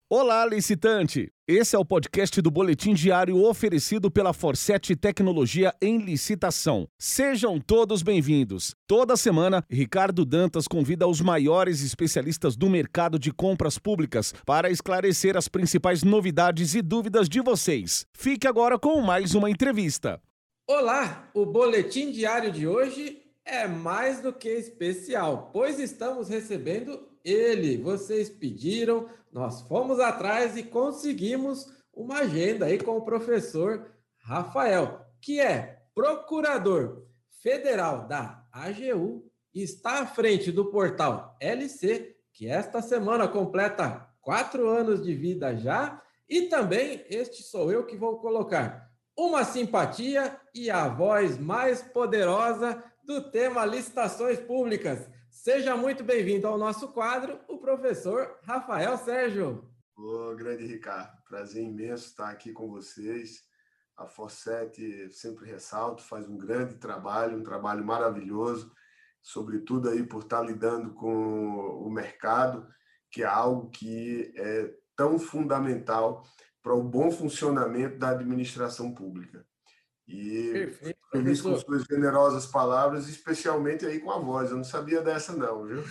Olá, licitante! Esse é o podcast do Boletim Diário oferecido pela Forset Tecnologia em Licitação. Sejam todos bem-vindos. Toda semana, Ricardo Dantas convida os maiores especialistas do mercado de compras públicas para esclarecer as principais novidades e dúvidas de vocês. Fique agora com mais uma entrevista. Olá, o Boletim Diário de hoje é mais do que especial, pois estamos recebendo ele. Vocês pediram, nós fomos atrás e conseguimos uma agenda aí com o professor Rafael, que é procurador federal da AGU e está à frente do portal LC, que esta semana completa 4 anos de vida já, e também este sou eu que vou colocar uma simpatia e a voz mais poderosa do tema licitações públicas. Seja muito bem-vindo ao nosso quadro, o professor Rafael Sérgio. Ô, grande Ricardo, prazer imenso estar aqui com vocês. A Forset, sempre ressalto, faz um grande trabalho, um trabalho maravilhoso, sobretudo aí por estar lidando com o mercado, que é algo que é tão fundamental para o bom funcionamento da administração pública. E Perfeito, feliz com professor. suas generosas palavras, especialmente aí com a voz. Eu não sabia dessa não, viu?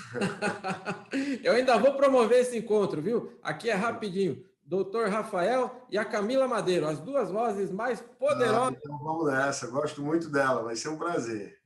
Eu ainda vou promover esse encontro, viu? Aqui é rapidinho. Doutor Rafael e a Camila Madeiro, as duas vozes mais poderosas. Então vamos nessa. Gosto muito dela, vai ser um prazer.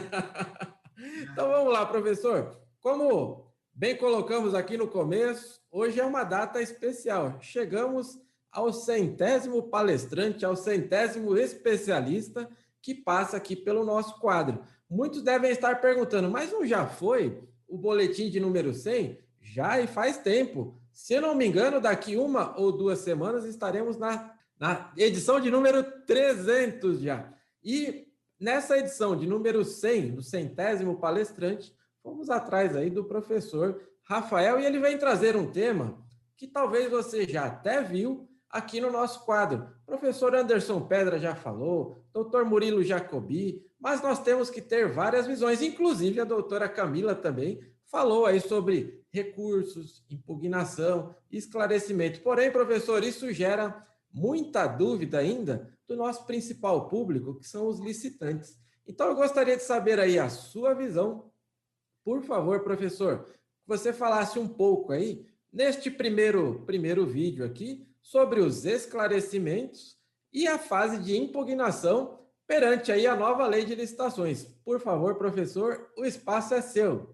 Então vamos lá, professor. Como bem colocamos aqui no começo, hoje é uma data especial. Chegamos ao 100º palestrante, ao 100º especialista que passa aqui pelo nosso quadro. Muitos devem estar perguntando, mas não já foi o boletim de número 100? Já, e faz tempo. Se eu não me engano, daqui 1 ou 2 semanas estaremos na edição de número 300 já. E nessa edição de número 100, do 100º palestrante, fomos atrás aí do professor Rafael e ele vem trazer um tema que talvez você já até viu aqui no nosso quadro. Professor Anderson Pedra já falou, doutor Murilo Jacobi, mas nós temos que ter várias visões, inclusive a doutora Camila também falou aí sobre recursos, impugnação, esclarecimento. Porém, professor, isso gera muita dúvida ainda do nosso principal público, que são os licitantes. Então, eu gostaria de saber aí a sua visão. Por favor, professor, que você falasse um pouco aí, neste primeiro vídeo aqui, sobre os esclarecimentos e a fase de impugnação perante aí a nova lei de licitações. Por favor, professor, o espaço é seu.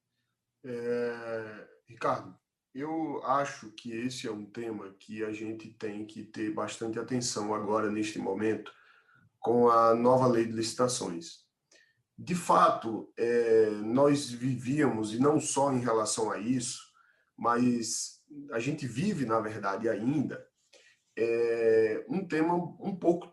Ricardo, eu acho que esse é um tema que a gente tem que ter bastante atenção agora, neste momento, com a nova lei de licitações. De fato, nós vivíamos, e não só em relação a isso, mas a gente vive, na verdade, ainda, um tema um pouco,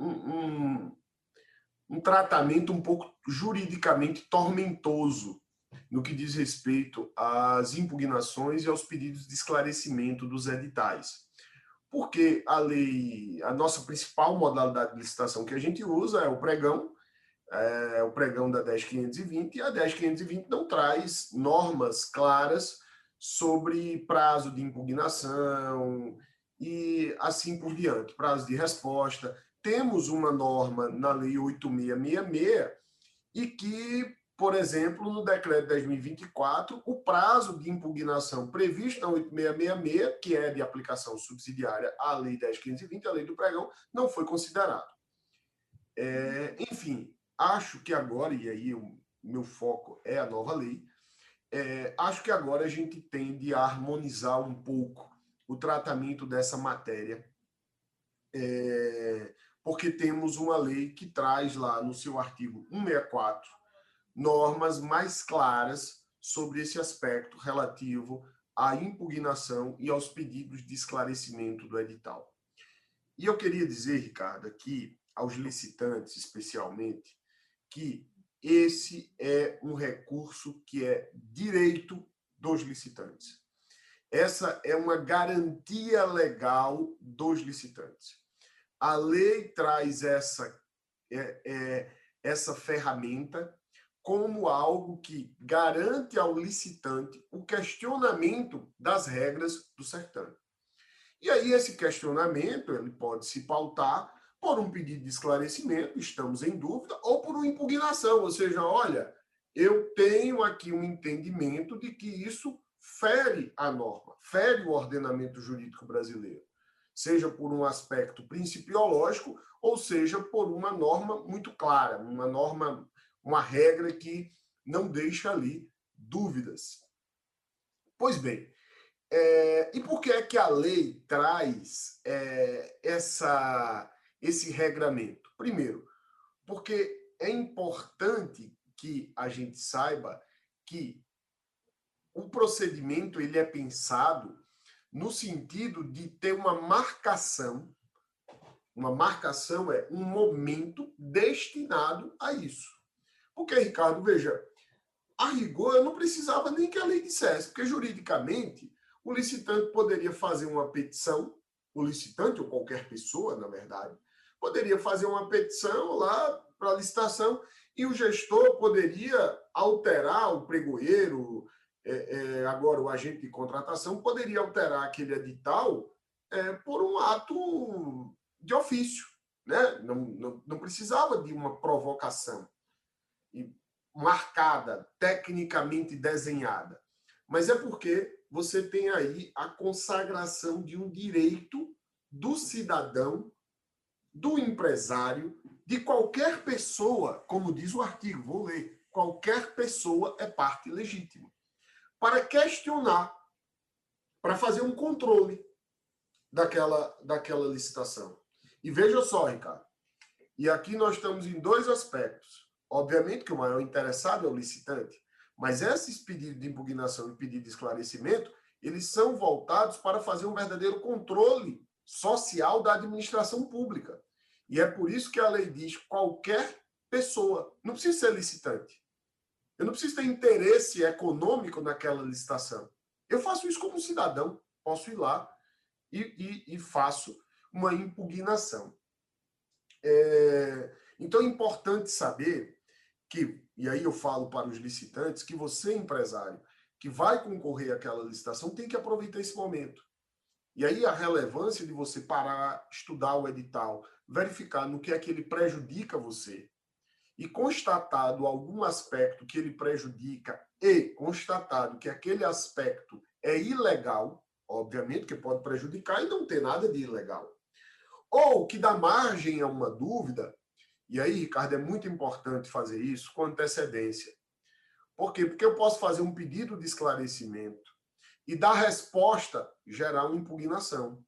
um tratamento um pouco juridicamente tormentoso no que diz respeito às impugnações e aos pedidos de esclarecimento dos editais. Porque a nossa principal modalidade de licitação que a gente usa é o pregão da 10.520, e a 10.520 não traz normas claras sobre prazo de impugnação e assim por diante, prazo de resposta. Temos uma norma na Lei 8.666 e que, por exemplo, no Decreto 10.024, o prazo de impugnação previsto na 8.666, que é de aplicação subsidiária à Lei 10.520, a Lei do Pregão, não foi considerado. Enfim, acho que agora, e aí o meu foco é a nova lei, acho que agora a gente tende a harmonizar um pouco o tratamento dessa matéria, porque temos uma lei que traz lá no seu artigo 164 normas mais claras sobre esse aspecto relativo à impugnação e aos pedidos de esclarecimento do edital. E eu queria dizer, Ricardo, aqui aos licitantes especialmente, que esse é um recurso que é direito dos licitantes. Essa é uma garantia legal dos licitantes. A lei traz essa ferramenta como algo que garante ao licitante o questionamento das regras do certame. E aí esse questionamento ele pode se pautar por um pedido de esclarecimento, estamos em dúvida, ou por uma impugnação, ou seja, olha, eu tenho aqui um entendimento de que isso fere a norma, fere o ordenamento jurídico brasileiro, seja por um aspecto principiológico, ou seja por uma norma muito clara, uma norma, uma regra que não deixa ali dúvidas. Pois bem, e por que é que a lei traz esse regramento? Primeiro, porque é importante que a gente saiba que o procedimento ele é pensado no sentido de ter uma marcação. Uma marcação é um momento destinado a isso. Porque, Ricardo, veja, a rigor eu não precisava nem que a lei dissesse, porque juridicamente o licitante poderia fazer uma petição, o licitante ou qualquer pessoa, na verdade, poderia fazer uma petição lá para a licitação e o gestor poderia alterar o pregoeiro, agora o agente de contratação poderia alterar aquele edital por um ato de ofício, né? Não precisava de uma provocação marcada, tecnicamente desenhada. Mas é porque você tem aí a consagração de um direito do cidadão, do empresário, de qualquer pessoa, como diz o artigo, vou ler, qualquer pessoa é parte legítima, para questionar, para fazer um controle daquela licitação. E veja só, Ricardo, e aqui nós estamos em dois aspectos. Obviamente que o maior interessado é o licitante, mas esses pedidos de impugnação e pedido de esclarecimento, eles são voltados para fazer um verdadeiro controle social da administração pública. E é por isso que a lei diz qualquer pessoa, não precisa ser licitante. Eu não preciso ter interesse econômico naquela licitação. Eu faço isso como cidadão, posso ir lá e faço uma impugnação. Então é importante saber que, e aí eu falo para os licitantes, que você, empresário, que vai concorrer àquela licitação, tem que aproveitar esse momento. E aí a relevância de você parar, estudar o edital, verificar no que é que ele prejudica você, e constatado algum aspecto que ele prejudica e constatado que aquele aspecto é ilegal, obviamente que pode prejudicar e não ter nada de ilegal, ou que dá margem a uma dúvida. E aí, Ricardo, é muito importante fazer isso com antecedência. Por quê? Porque eu posso fazer um pedido de esclarecimento e, da resposta, gerar uma impugnação.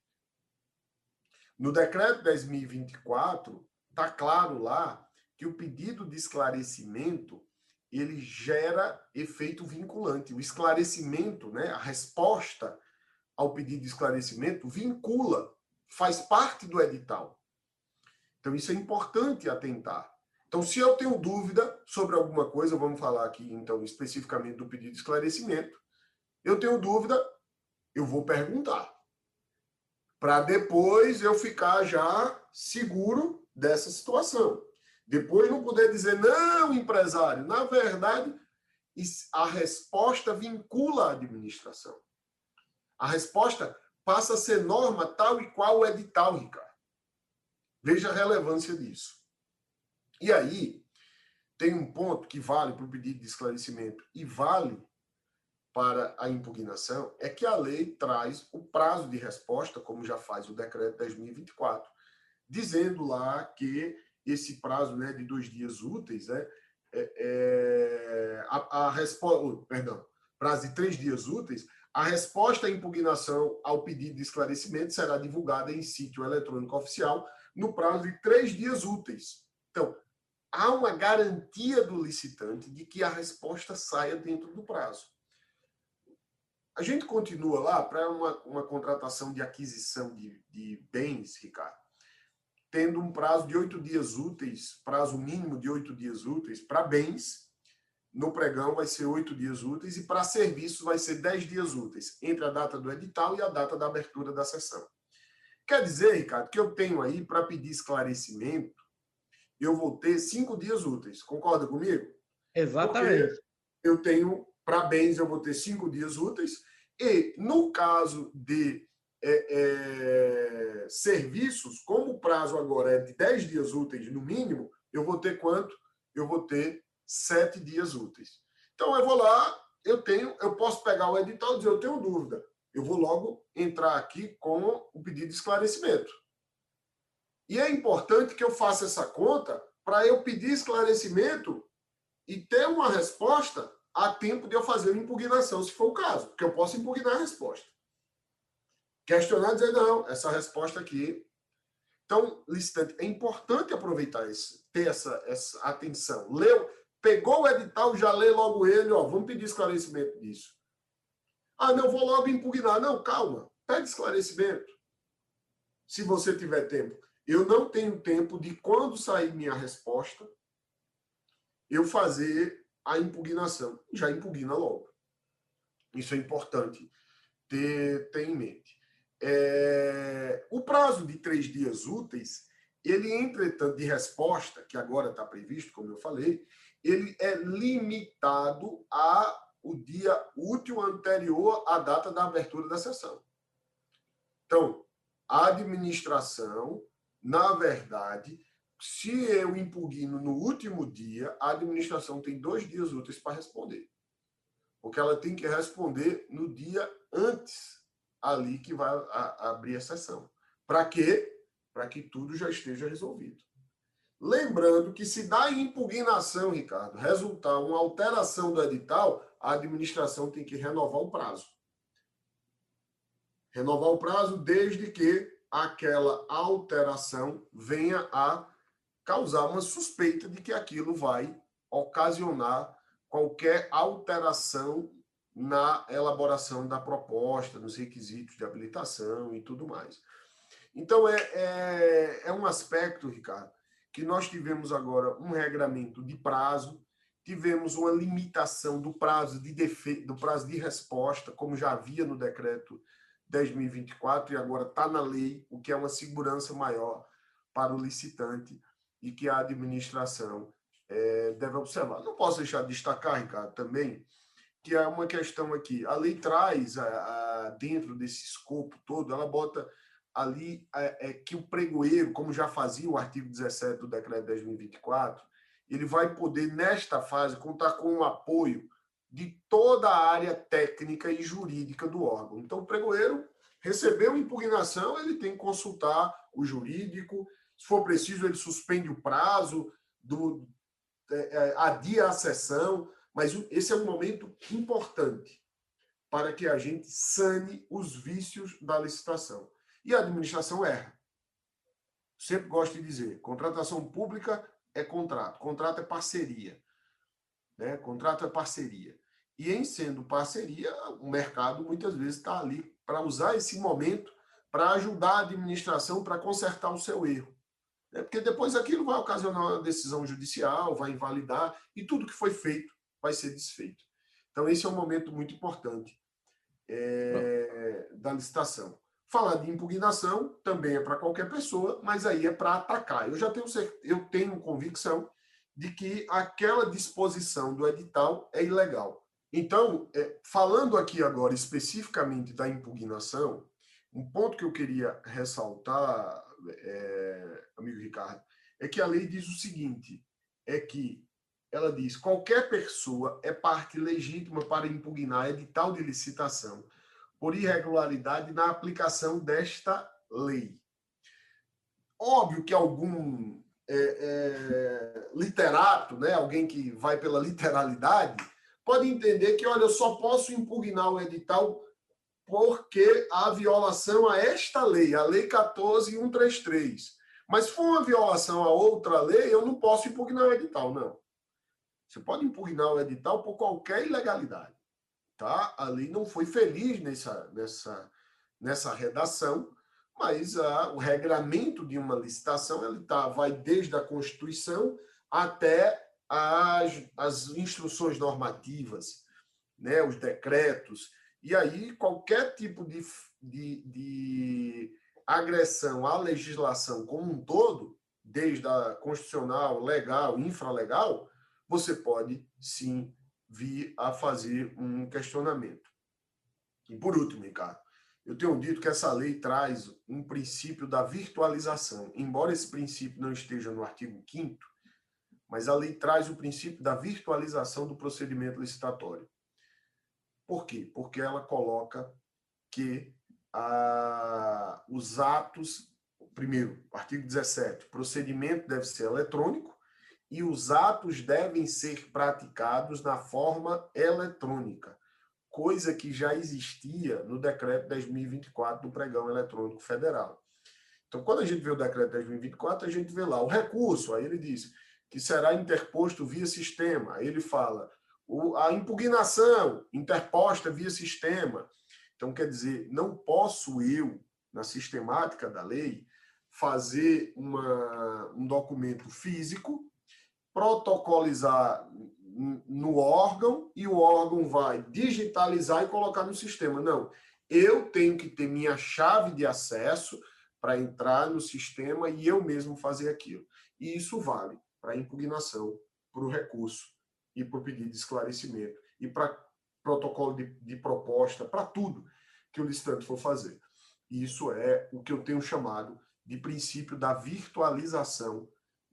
No decreto 10.024, está claro lá que o pedido de esclarecimento ele gera efeito vinculante. O esclarecimento, né, a resposta ao pedido de esclarecimento vincula, faz parte do edital. Então, isso é importante atentar. Então, se eu tenho dúvida sobre alguma coisa, vamos falar aqui, então, especificamente do pedido de esclarecimento, eu tenho dúvida, eu vou perguntar, para depois eu ficar já seguro dessa situação. Depois não poder dizer, não, empresário, na verdade, a resposta vincula a administração. A resposta passa a ser norma tal e qual o edital, Ricardo. Veja a relevância disso. E aí, tem um ponto que vale para o pedido de esclarecimento e vale para a impugnação, é que a lei traz o prazo de resposta, como já faz o decreto 10.024, dizendo lá que esse prazo, né, de 2 dias úteis, né, prazo de 3 dias úteis, a resposta à impugnação ao pedido de esclarecimento será divulgada em sítio eletrônico oficial no prazo de 3 dias úteis. Então, há uma garantia do licitante de que a resposta saia dentro do prazo. A gente continua lá para uma contratação de aquisição de bens, Ricardo, tendo um prazo de 8 dias úteis, prazo mínimo de 8 dias úteis para bens, no pregão vai ser 8 dias úteis, e para serviços vai ser 10 dias úteis, entre a data do edital e a data da abertura da sessão. Quer dizer, Ricardo, que eu tenho aí, para pedir esclarecimento, eu vou ter 5 dias úteis. Concorda comigo? Exatamente. Porque eu tenho, para bens, eu vou ter 5 dias úteis, e no caso de serviços, como o prazo agora é de 10 dias úteis no mínimo, eu vou ter quanto? Eu vou ter 7 dias úteis. Então, eu vou lá, eu posso pegar o edital e dizer, eu tenho dúvida. Eu vou logo entrar aqui com o pedido de esclarecimento. E é importante que eu faça essa conta para eu pedir esclarecimento e ter uma resposta a tempo de eu fazer uma impugnação, se for o caso, porque eu posso impugnar a resposta. Questionar e dizer, não, essa resposta aqui. Então, licitante, é importante aproveitar isso, ter essa atenção. Pegou o edital, já lê logo ele, vamos pedir esclarecimento disso. Ah, não, vou logo impugnar. Não, calma, pede esclarecimento. Se você tiver tempo. Eu não tenho tempo de, quando sair minha resposta, eu fazer a impugnação. Já impugna logo. Isso é importante ter em mente. O prazo de 3 dias úteis, ele, entretanto, de resposta, que agora está previsto, como eu falei, ele é limitado ao dia útil anterior à data da abertura da sessão. Então, a administração, na verdade, se eu impugno no último dia, a administração tem 2 dias úteis para responder. Porque ela tem que responder no dia antes ali que vai abrir a sessão. Para quê? Para que tudo já esteja resolvido. Lembrando que se da impugnação, Ricardo, resultar uma alteração do edital, a administração tem que renovar o prazo. Renovar o prazo desde que aquela alteração venha a causar uma suspeita de que aquilo vai ocasionar qualquer alteração na elaboração da proposta, nos requisitos de habilitação e tudo mais. Então, é um aspecto, Ricardo, que nós tivemos agora um regramento de prazo, tivemos uma limitação do prazo de resposta, como já havia no decreto 10.024, e agora está na lei, o que é uma segurança maior para o licitante e que a administração deve observar. Não posso deixar de destacar, Ricardo, também, que é uma questão aqui. A lei traz, dentro desse escopo todo, ela bota ali que o pregoeiro, como já fazia o artigo 17 do decreto 10.024, ele vai poder, nesta fase, contar com o apoio de toda a área técnica e jurídica do órgão. Então, o pregoeiro recebeu impugnação, ele tem que consultar o jurídico, se for preciso, ele suspende o prazo, adia a sessão, mas esse é um momento importante para que a gente sane os vícios da licitação. E a administração erra. Sempre gosto de dizer, contratação pública é contrato é parceria. Né? Contrato é parceria. E em sendo parceria, o mercado muitas vezes está ali para usar esse momento para ajudar a administração para consertar o seu erro. Porque depois aquilo vai ocasionar uma decisão judicial, vai invalidar, e tudo que foi feito vai ser desfeito. Então, esse é um momento muito importante da licitação. Falar de impugnação também é para qualquer pessoa, mas aí é para atacar. Eu tenho convicção de que aquela disposição do edital é ilegal. Então, falando aqui agora especificamente da impugnação, um ponto que eu queria ressaltar, amigo Ricardo, é que a lei diz o seguinte, ela diz, qualquer pessoa é parte legítima para impugnar edital de licitação por irregularidade na aplicação desta lei. Óbvio que algum literato, né, alguém que vai pela literalidade, pode entender que, olha, eu só posso impugnar o edital porque há violação a esta lei, a Lei 14.133. Mas se for uma violação a outra lei, eu não posso impugnar o edital, não. Você pode impugnar o edital por qualquer ilegalidade. Tá? A lei não foi feliz nessa redação, mas o regramento de uma licitação vai desde a Constituição até as instruções normativas, né, os decretos, e aí qualquer tipo de agressão à legislação como um todo, desde a constitucional, legal, infralegal, você pode, sim, vir a fazer um questionamento. E por último, Ricardo, eu tenho dito que essa lei traz um princípio da virtualização. Embora esse princípio não esteja no artigo 5º, mas a lei traz o princípio da virtualização do procedimento licitatório. Por quê? Porque ela coloca que os atos, primeiro, artigo 17, o procedimento deve ser eletrônico e os atos devem ser praticados na forma eletrônica, coisa que já existia no decreto 10.024 do Pregão Eletrônico Federal. Então, quando a gente vê o decreto 10.024, a gente vê lá o recurso, aí ele diz que será interposto via sistema, aí ele fala a impugnação interposta via sistema. Então, quer dizer, não posso eu, na sistemática da lei, fazer um documento físico, protocolizar no órgão e o órgão vai digitalizar e colocar no sistema. Não, eu tenho que ter minha chave de acesso para entrar no sistema e eu mesmo fazer aquilo. E isso vale para a impugnação, para o recurso e para o pedido de esclarecimento e para protocolo de proposta, para tudo que o licitante for fazer. E isso é o que eu tenho chamado de princípio da virtualização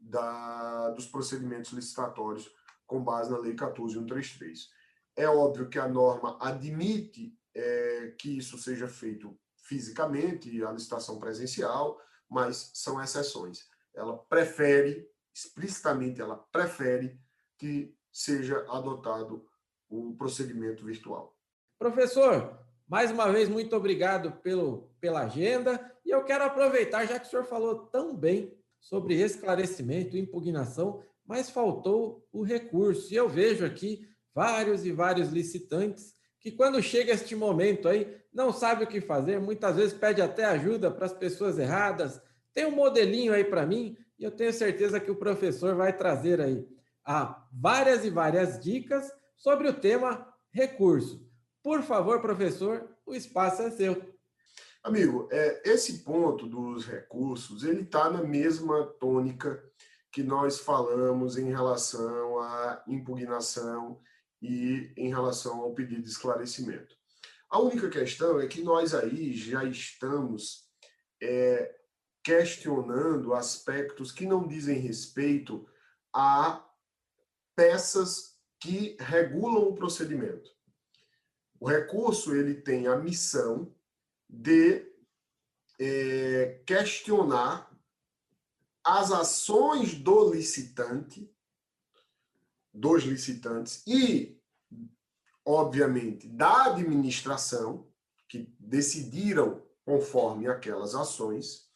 dos procedimentos licitatórios com base na Lei 14.133. É óbvio que a norma admite que isso seja feito fisicamente, a licitação presencial, mas são exceções. Ela prefere, explicitamente, ela prefere que seja adotado o procedimento virtual. Professor, mais uma vez, muito obrigado pela agenda. E eu quero aproveitar, já que o senhor falou tão bem sobre esclarecimento e impugnação, mas faltou o recurso. E eu vejo aqui vários e vários licitantes que, quando chega este momento aí, não sabe o que fazer, muitas vezes pede até ajuda para as pessoas erradas. Tem um modelinho aí para mim e eu tenho certeza que o professor vai trazer aí várias e várias dicas sobre o tema recurso. Por favor, professor, o espaço é seu. Amigo, esse ponto dos recursos, ele está na mesma tônica que nós falamos em relação à impugnação e em relação ao pedido de esclarecimento. A única questão é que nós aí já estamos questionando aspectos que não dizem respeito a peças que regulam o procedimento. O recurso ele tem a missão de questionar as ações dos licitantes e, obviamente, da administração, que decidiram conforme aquelas ações,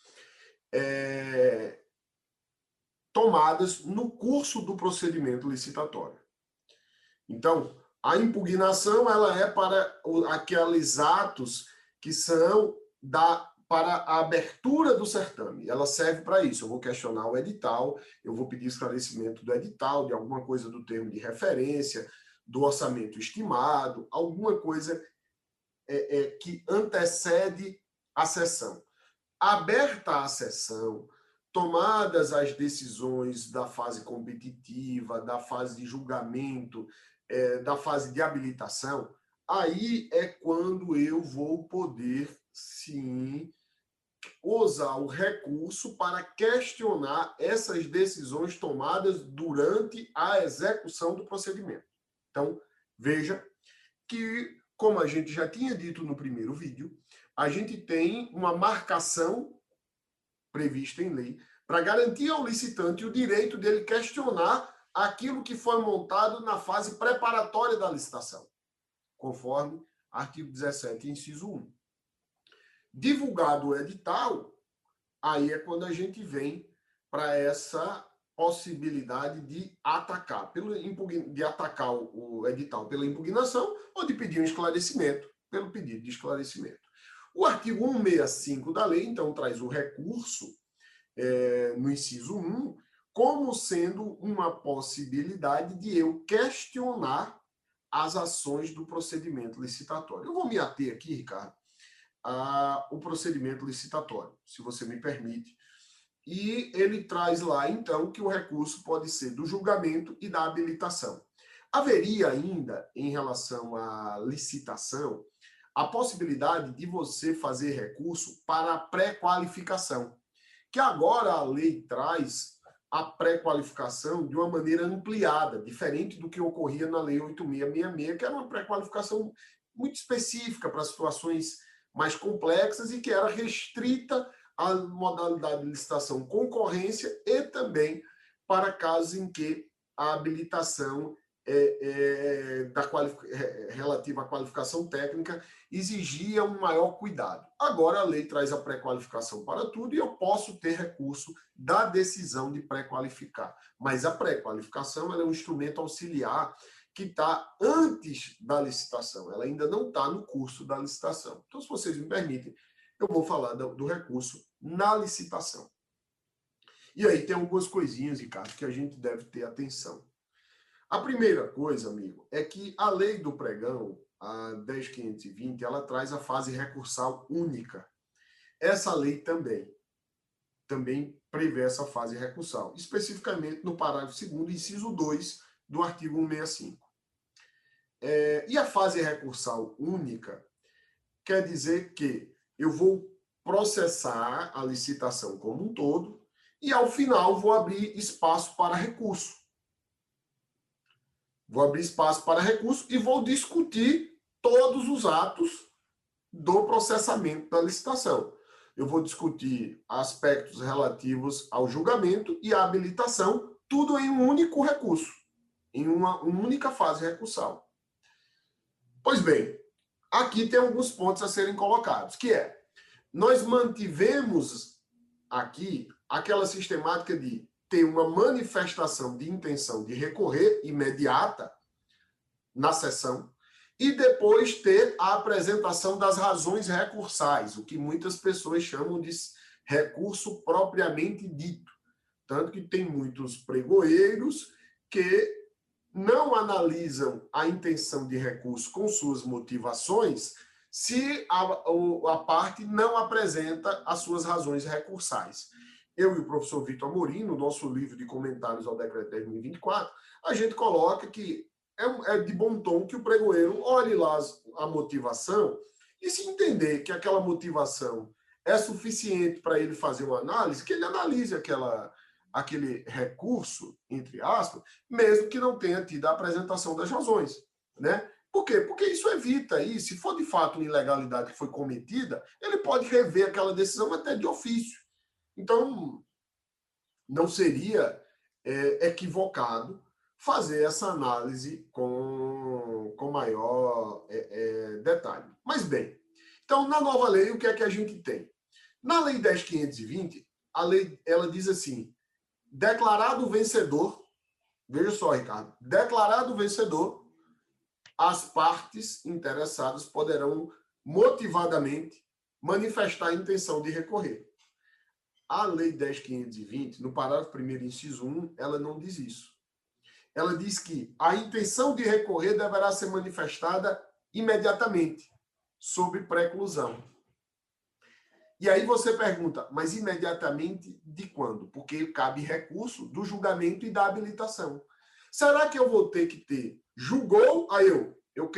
tomadas no curso do procedimento licitatório. Então, a impugnação ela é para aqueles atos que são para a abertura do certame. Ela serve para isso. Eu vou questionar o edital, eu vou pedir esclarecimento do edital, de alguma coisa do termo de referência, do orçamento estimado, alguma coisa que antecede a sessão. Aberta a sessão, tomadas as decisões da fase competitiva, da fase de julgamento, da fase de habilitação, aí é quando eu vou poder, sim, usar o recurso para questionar essas decisões tomadas durante a execução do procedimento. Então, veja que, como a gente já tinha dito no primeiro vídeo, a gente tem uma marcação prevista em lei para garantir ao licitante o direito dele questionar aquilo que foi montado na fase preparatória da licitação, conforme artigo 17, inciso 1. Divulgado o edital, aí é quando a gente vem para essa possibilidade de atacar, de atacar o edital pela impugnação ou de pedir um esclarecimento pelo pedido de esclarecimento. O artigo 165 da lei, então, traz o recurso no inciso 1 como sendo uma possibilidade de eu questionar as ações do procedimento licitatório. Eu vou me ater aqui, Ricardo, ao procedimento licitatório, se você me permite. E ele traz lá, então, que o recurso pode ser do julgamento e da habilitação. Haveria ainda, em relação à licitação, a possibilidade de você fazer recurso para a pré-qualificação, que agora a lei traz a pré-qualificação de uma maneira ampliada, diferente do que ocorria na Lei 8666, que era uma pré-qualificação muito específica para situações mais complexas e que era restrita à modalidade de licitação concorrência e também para casos em que a habilitação relativa à qualificação técnica exigia um maior cuidado. Agora a lei traz a pré-qualificação para tudo e eu posso ter recurso da decisão de pré-qualificar. Mas a pré-qualificação é um instrumento auxiliar que está antes da licitação, ela ainda não está no curso da licitação. Então, se vocês me permitem, eu vou falar do recurso na licitação. E aí tem algumas coisinhas, Ricardo, que a gente deve ter atenção. A primeira coisa, amigo, é que a lei do pregão, a 10.520, ela traz a fase recursal única. Essa lei também prevê essa fase recursal, especificamente no parágrafo 2º, inciso 2 do artigo 165. E a fase recursal única quer dizer que eu vou processar a licitação como um todo e, ao final, vou abrir espaço para recurso. Vou abrir espaço para recurso e vou discutir todos os atos do processamento da licitação. Eu vou discutir aspectos relativos ao julgamento e à habilitação, tudo em um único recurso, em uma única fase recursal. Pois bem, aqui tem alguns pontos a serem colocados, que é, nós mantivemos aqui aquela sistemática de ter uma manifestação de intenção de recorrer imediata na sessão e depois ter a apresentação das razões recursais, o que muitas pessoas chamam de recurso propriamente dito. Tanto que tem muitos pregoeiros que não analisam a intenção de recurso com suas motivações se a parte não apresenta as suas razões recursais. Eu e o professor Vitor Amorim, no nosso livro de comentários ao decreto 10.024, a gente coloca que é de bom tom que o pregoeiro olhe lá a motivação e se entender que aquela motivação é suficiente para ele fazer uma análise, que ele analise aquele recurso, entre aspas, mesmo que não tenha tido a apresentação das razões, né? Por quê? Porque isso evita aí, se for de fato uma ilegalidade que foi cometida, ele pode rever aquela decisão até de ofício. Então, não seria equivocado fazer essa análise com maior detalhe. Mas bem, então, na nova lei, o que é que a gente tem? Na lei 10.520, a lei ela diz assim, declarado vencedor, veja só, Ricardo, declarado vencedor, as partes interessadas poderão motivadamente manifestar a intenção de recorrer. A lei 10.520, no parágrafo 1º, inciso 1, ela não diz isso. Ela diz que a intenção de recorrer deverá ser manifestada imediatamente, sob preclusão. E aí você pergunta, mas imediatamente de quando? Porque cabe recurso do julgamento e da habilitação. Será que eu vou ter que ter julgou, aí eu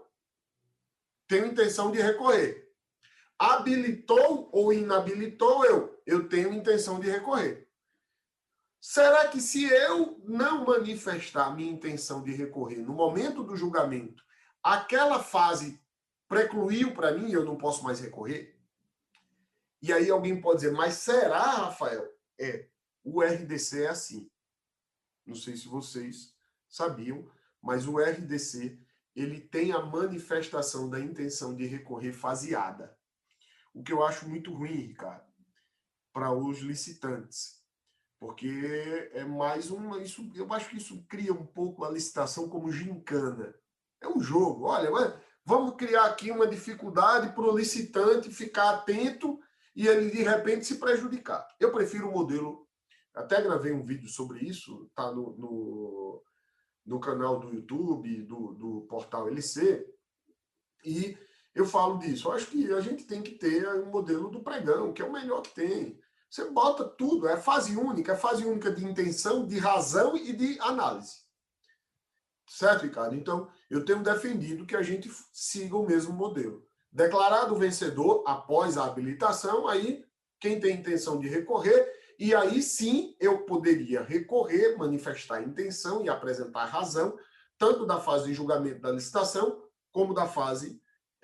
tenho intenção de recorrer. Habilitou ou inabilitou, eu tenho intenção de recorrer. Será que se eu não manifestar a minha intenção de recorrer no momento do julgamento, aquela fase precluiu para mim e eu não posso mais recorrer? E aí alguém pode dizer, mas será, Rafael? O RDC é assim. Não sei se vocês sabiam, mas o RDC ele tem a manifestação da intenção de recorrer faseada. O que eu acho muito ruim, Ricardo, para os licitantes. Porque é mais uma... eu acho que isso cria um pouco a licitação como gincana. É um jogo. Olha, vamos criar aqui uma dificuldade para o licitante ficar atento e ele, de repente, se prejudicar. Eu prefiro o modelo... Até gravei um vídeo sobre isso, está no canal do YouTube, do portal LC, e eu falo disso. Eu acho que a gente tem que ter um modelo do pregão, que é o melhor que tem. Você bota tudo, é fase única de intenção, de razão e de análise. Certo, Ricardo? Então, eu tenho defendido que a gente siga o mesmo modelo. Declarado o vencedor após a habilitação, aí quem tem intenção de recorrer, e aí sim eu poderia recorrer, manifestar a intenção e apresentar razão, tanto da fase de julgamento da licitação, como da fase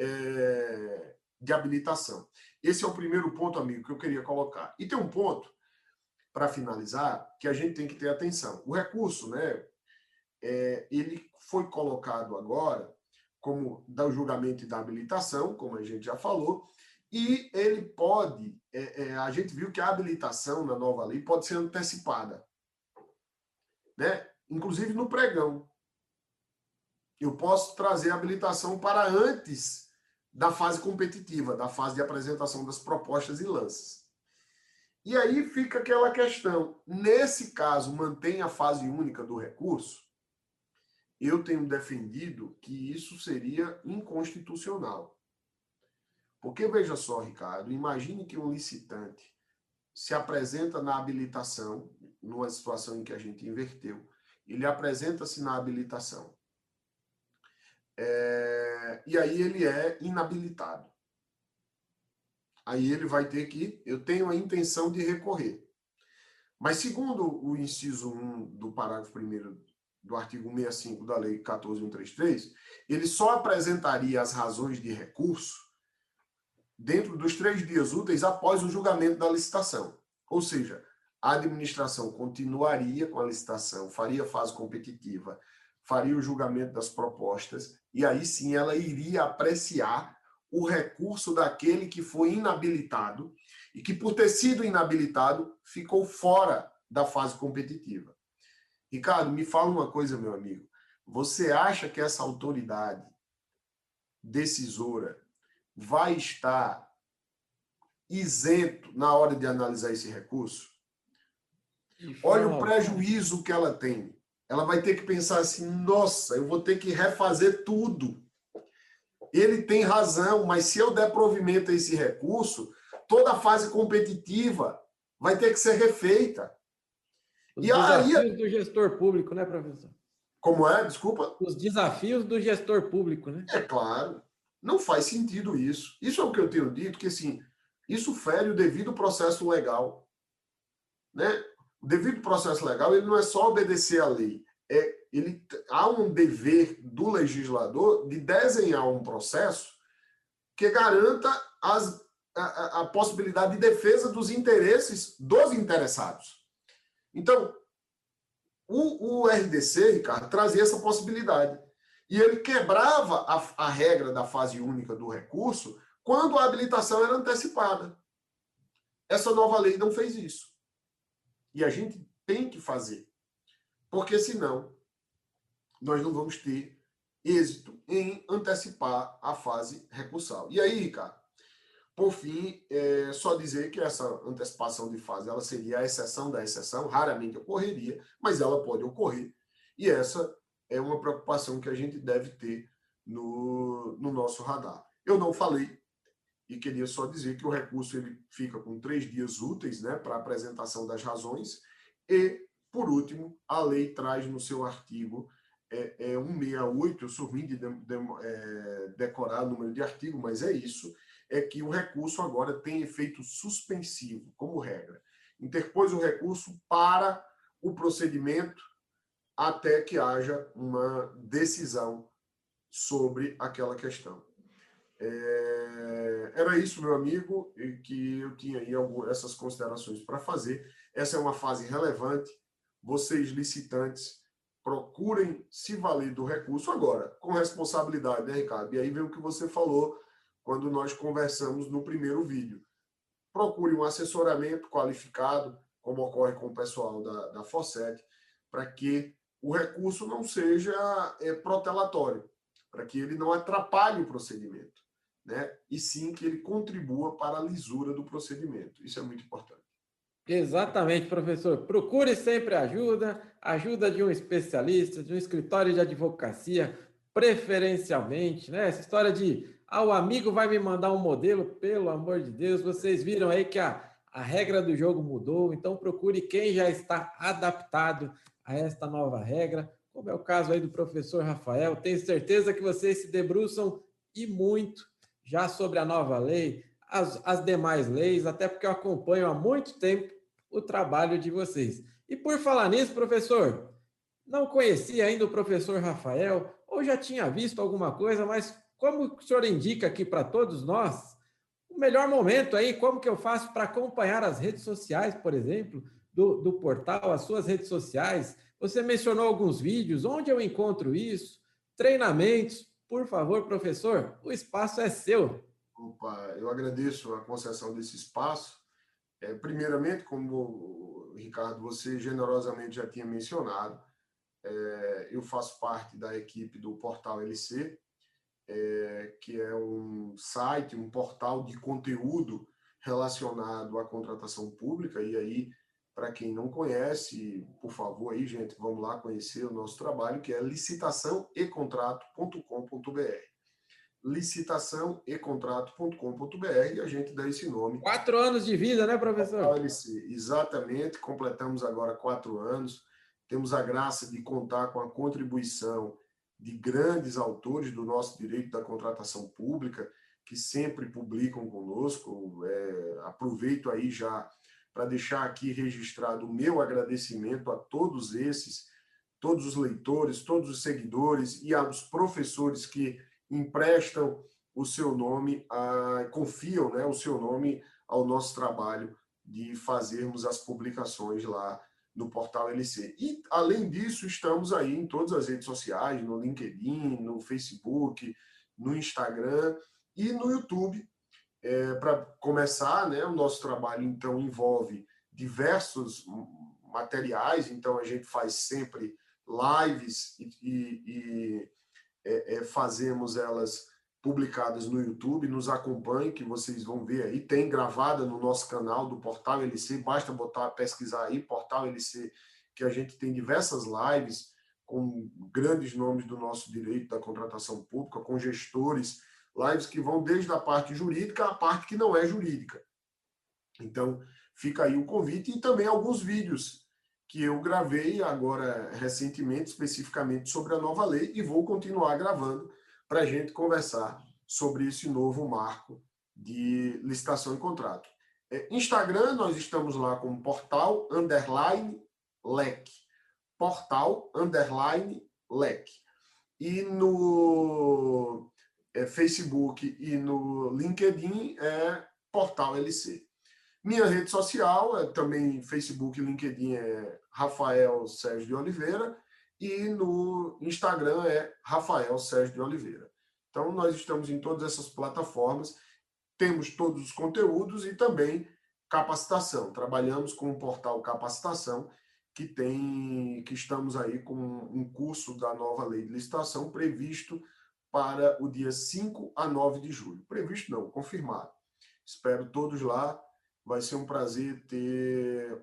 de habilitação. Esse é o primeiro ponto, amigo, que eu queria colocar. E tem um ponto, para finalizar, que a gente tem que ter atenção. O recurso, né, ele foi colocado agora como do julgamento e da habilitação, como a gente já falou, e ele pode, a gente viu que a habilitação na nova lei pode ser antecipada, né? Inclusive no pregão. Eu posso trazer a habilitação para antes da fase competitiva, da fase de apresentação das propostas e lances. E aí fica aquela questão, nesse caso, mantém a fase única do recurso? Eu tenho defendido que isso seria inconstitucional. Porque, veja só, Ricardo, imagine que um licitante se apresenta na habilitação, numa situação em que a gente inverteu, ele apresenta-se na habilitação. E aí ele é inabilitado. Aí ele vai ter que, eu tenho a intenção de recorrer. Mas segundo o inciso 1 do parágrafo 1º do artigo 65 da Lei 14.133, ele só apresentaria as razões de recurso dentro dos 3 dias úteis após o julgamento da licitação. Ou seja, a administração continuaria com a licitação, faria a fase competitiva, faria o julgamento das propostas, e aí sim ela iria apreciar o recurso daquele que foi inabilitado e que, por ter sido inabilitado, ficou fora da fase competitiva. Ricardo, me fala uma coisa, meu amigo. Você acha que essa autoridade decisora vai estar isento na hora de analisar esse recurso? Olha o prejuízo que ela tem. Ela vai ter que pensar assim, nossa, eu vou ter que refazer tudo. Ele tem razão, mas se eu der provimento a esse recurso, toda a fase competitiva vai ter que ser refeita. Os desafios do gestor público, né, professor? Como é? Desculpa? Os desafios do gestor público, né? É claro. Não faz sentido isso. Isso é o que eu tenho dito, que assim, isso fere o devido processo legal. Né? O devido processo legal, ele não é só obedecer à lei. Há um dever do legislador de desenhar um processo que garanta a possibilidade de defesa dos interesses dos interessados. Então, o RDC, Ricardo, trazia essa possibilidade. E ele quebrava a regra da fase única do recurso quando a habilitação era antecipada. Essa nova lei não fez isso. E a gente tem que fazer. Porque, senão, nós não vamos ter êxito em antecipar a fase recursal. E aí, Ricardo, por fim, só dizer que essa antecipação de fase ela seria a exceção da exceção, raramente ocorreria, mas ela pode ocorrer. E essa é uma preocupação que a gente deve ter no nosso radar. Eu não falei, e queria só dizer que o recurso ele fica com 3 dias úteis, né, para apresentação das razões. E, por último, a lei traz no seu artigo 168, eu sou ruim de decorar o número de artigo, mas é isso, é que o recurso agora tem efeito suspensivo, como regra. Interpôs o recurso para o procedimento até que haja uma decisão sobre aquela questão. Era isso, meu amigo, e que eu tinha aí essas considerações para fazer. Essa é uma fase relevante. Vocês, licitantes, procurem se valer do recurso agora, com responsabilidade, né, Ricardo? E aí vem o que você falou quando nós conversamos no primeiro vídeo. Procure um assessoramento qualificado, como ocorre com o pessoal da Forset, para que o recurso não seja protelatório, para que ele não atrapalhe o procedimento, né? E sim que ele contribua para a lisura do procedimento. Isso é muito importante. Exatamente, professor. Procure sempre ajuda de um especialista, de um escritório de advocacia, preferencialmente, né? Essa história de, o amigo vai me mandar um modelo, pelo amor de Deus, vocês viram aí que a regra do jogo mudou, então procure quem já está adaptado a esta nova regra, como é o caso aí do professor Rafael. Tenho certeza que vocês se debruçam e muito já sobre a nova lei, as demais leis, até porque eu acompanho há muito tempo o trabalho de vocês. E por falar nisso, professor, não conhecia ainda o professor Rafael, ou já tinha visto alguma coisa, mas como o senhor indica aqui para todos nós, o melhor momento aí, como que eu faço para acompanhar as redes sociais, por exemplo, do portal, as suas redes sociais? Você mencionou alguns vídeos, onde eu encontro isso? Treinamentos, por favor, professor, o espaço é seu. Opa, eu agradeço a concessão desse espaço. Primeiramente, como, Ricardo, você generosamente já tinha mencionado, eu faço parte da equipe do Portal LC, que é um site, um portal de conteúdo relacionado à contratação pública. E aí, para quem não conhece, por favor, aí, gente, vamos lá conhecer o nosso trabalho, que é licitaçãoecontrato.com.br. licitaçãoecontrato.com.br, e a gente dá esse nome. 4 anos de vida, né, professor? Exatamente, completamos agora 4 anos. Temos a graça de contar com a contribuição de grandes autores do nosso direito da contratação pública, que sempre publicam conosco. Aproveito aí já para deixar aqui registrado o meu agradecimento a todos esses, todos os leitores, todos os seguidores e aos professores que emprestam o seu nome, confiam, né, o seu nome ao nosso trabalho de fazermos as publicações lá no Portal LC. E, além disso, estamos aí em todas as redes sociais, no LinkedIn, no Facebook, no Instagram e no YouTube. Para começar, né, o nosso trabalho, então, envolve diversos materiais, então a gente faz sempre lives e fazemos elas publicadas no YouTube. Nos acompanhe, que vocês vão ver aí. Tem gravada no nosso canal do Portal LC, basta pesquisar aí, Portal LC, que a gente tem diversas lives com grandes nomes do nosso direito da contratação pública, com gestores, lives que vão desde a parte jurídica à parte que não é jurídica. Então, fica aí o convite, e também alguns vídeos que eu gravei agora recentemente, especificamente sobre a nova lei, e vou continuar gravando para a gente conversar sobre esse novo marco de licitação e contrato. Instagram, nós estamos lá como portal_lec. Portal_lec. E no Facebook e no LinkedIn é Portal LC. Minha rede social também Facebook e LinkedIn é Rafael Sérgio de Oliveira, e no Instagram é Rafael Sérgio de Oliveira. Então, nós estamos em todas essas plataformas, temos todos os conteúdos e também capacitação. Trabalhamos com o portal Capacitação, que estamos aí com um curso da nova lei de licitação previsto para o dia 5 a 9 de julho. Previsto não, confirmado. Espero todos lá. Vai ser um prazer ter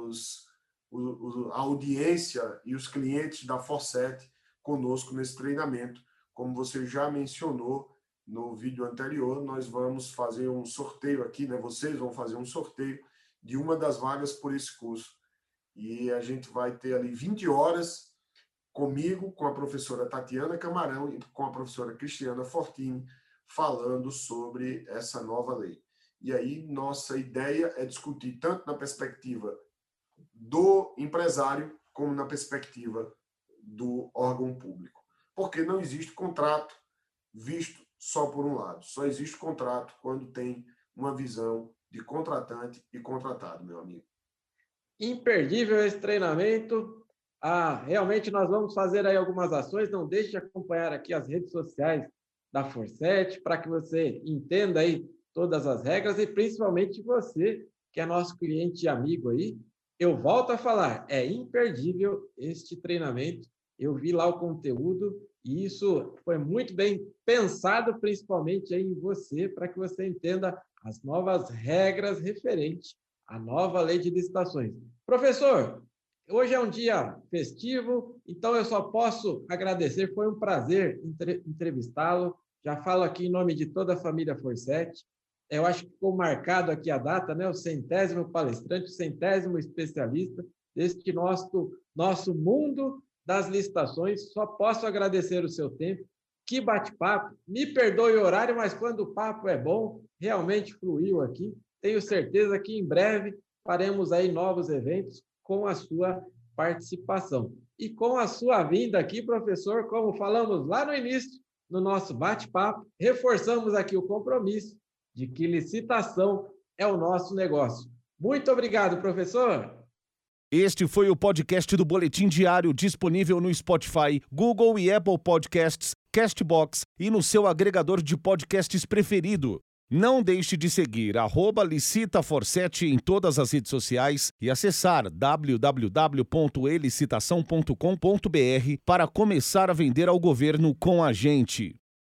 a audiência e os clientes da Forset conosco nesse treinamento. Como você já mencionou no vídeo anterior, nós vamos fazer um sorteio aqui, né? Vocês vão fazer um sorteio de uma das vagas por esse curso. E a gente vai ter ali 20 horas comigo, com a professora Tatiana Camarão e com a professora Cristiana Fortini, falando sobre essa nova lei. E aí, nossa ideia é discutir tanto na perspectiva do empresário como na perspectiva do órgão público. Porque não existe contrato visto só por um lado. Só existe contrato quando tem uma visão de contratante e contratado, meu amigo. Imperdível esse treinamento. Realmente nós vamos fazer aí algumas ações. Não deixe de acompanhar aqui as redes sociais da Forset para que você entenda aí todas as regras, e principalmente você, que é nosso cliente e amigo aí. Eu volto a falar, é imperdível este treinamento. Eu vi lá o conteúdo e isso foi muito bem pensado, principalmente aí em você, para que você entenda as novas regras referentes à nova lei de licitações. Professor, hoje é um dia festivo, então eu só posso agradecer. Foi um prazer entrevistá-lo. Já falo aqui em nome de toda a família Forset. Eu acho que ficou marcado aqui a data, né? O 100º palestrante, o 100º especialista deste nosso mundo das licitações. Só posso agradecer o seu tempo. Que bate-papo. Me perdoe o horário, mas quando o papo é bom, realmente fluiu aqui. Tenho certeza que em breve faremos aí novos eventos com a sua participação. E com a sua vinda aqui, professor, como falamos lá no início, no nosso bate-papo, reforçamos aqui o compromisso de que licitação é o nosso negócio. Muito obrigado, professor. Este foi o podcast do Boletim Diário, disponível no Spotify, Google e Apple Podcasts, Castbox e no seu agregador de podcasts preferido. Não deixe de seguir @licitaforset em todas as redes sociais e acessar www.elicitação.com.br para começar a vender ao governo com a gente.